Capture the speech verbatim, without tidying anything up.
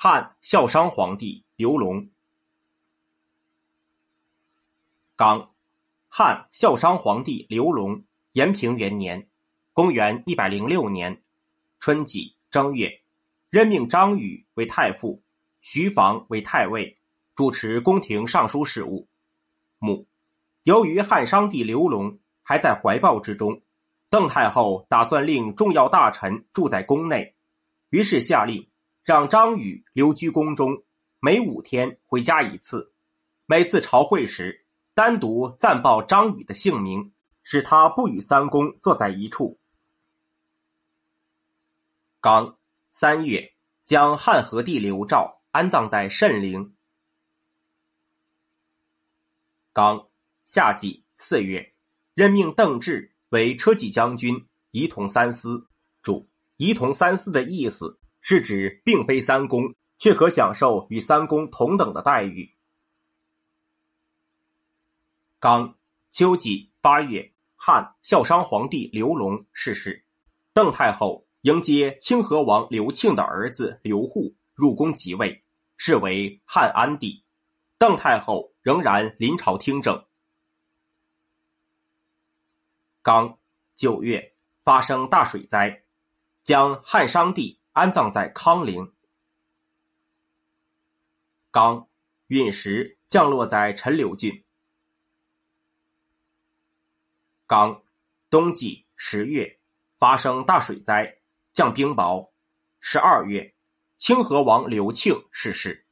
汉孝商皇帝刘隆。刚，汉孝商皇帝刘隆，延平元年，公元一百零六年春季正月，任命张禹为太傅，徐房为太尉，主持宫廷尚书事务。母，由于汉商帝刘隆还在怀抱之中，邓太后打算令重要大臣住在宫内，于是下令让张禹留居宫中，每五天回家一次，每次朝会时单独暂报张禹的姓名，使他不与三公坐在一处。刚，三月，将汉和帝刘肇安葬在慎陵。刚，夏季四月，任命邓至为车骑将军，仪同三司。注：仪同三司的意思是指并非三公，却可享受与三公同等的待遇。刚，秋季八月，汉孝商皇帝刘隆逝世，邓太后迎接清河王刘庆的儿子刘祜入宫即位，是为汉安帝。邓太后仍然临朝听政。刚，九月，发生大水灾，将汉商帝安葬在康陵。刚，陨石降落在陈留郡。刚，冬季十月，发生大水灾，降冰雹。十二月，清河王刘庆逝世。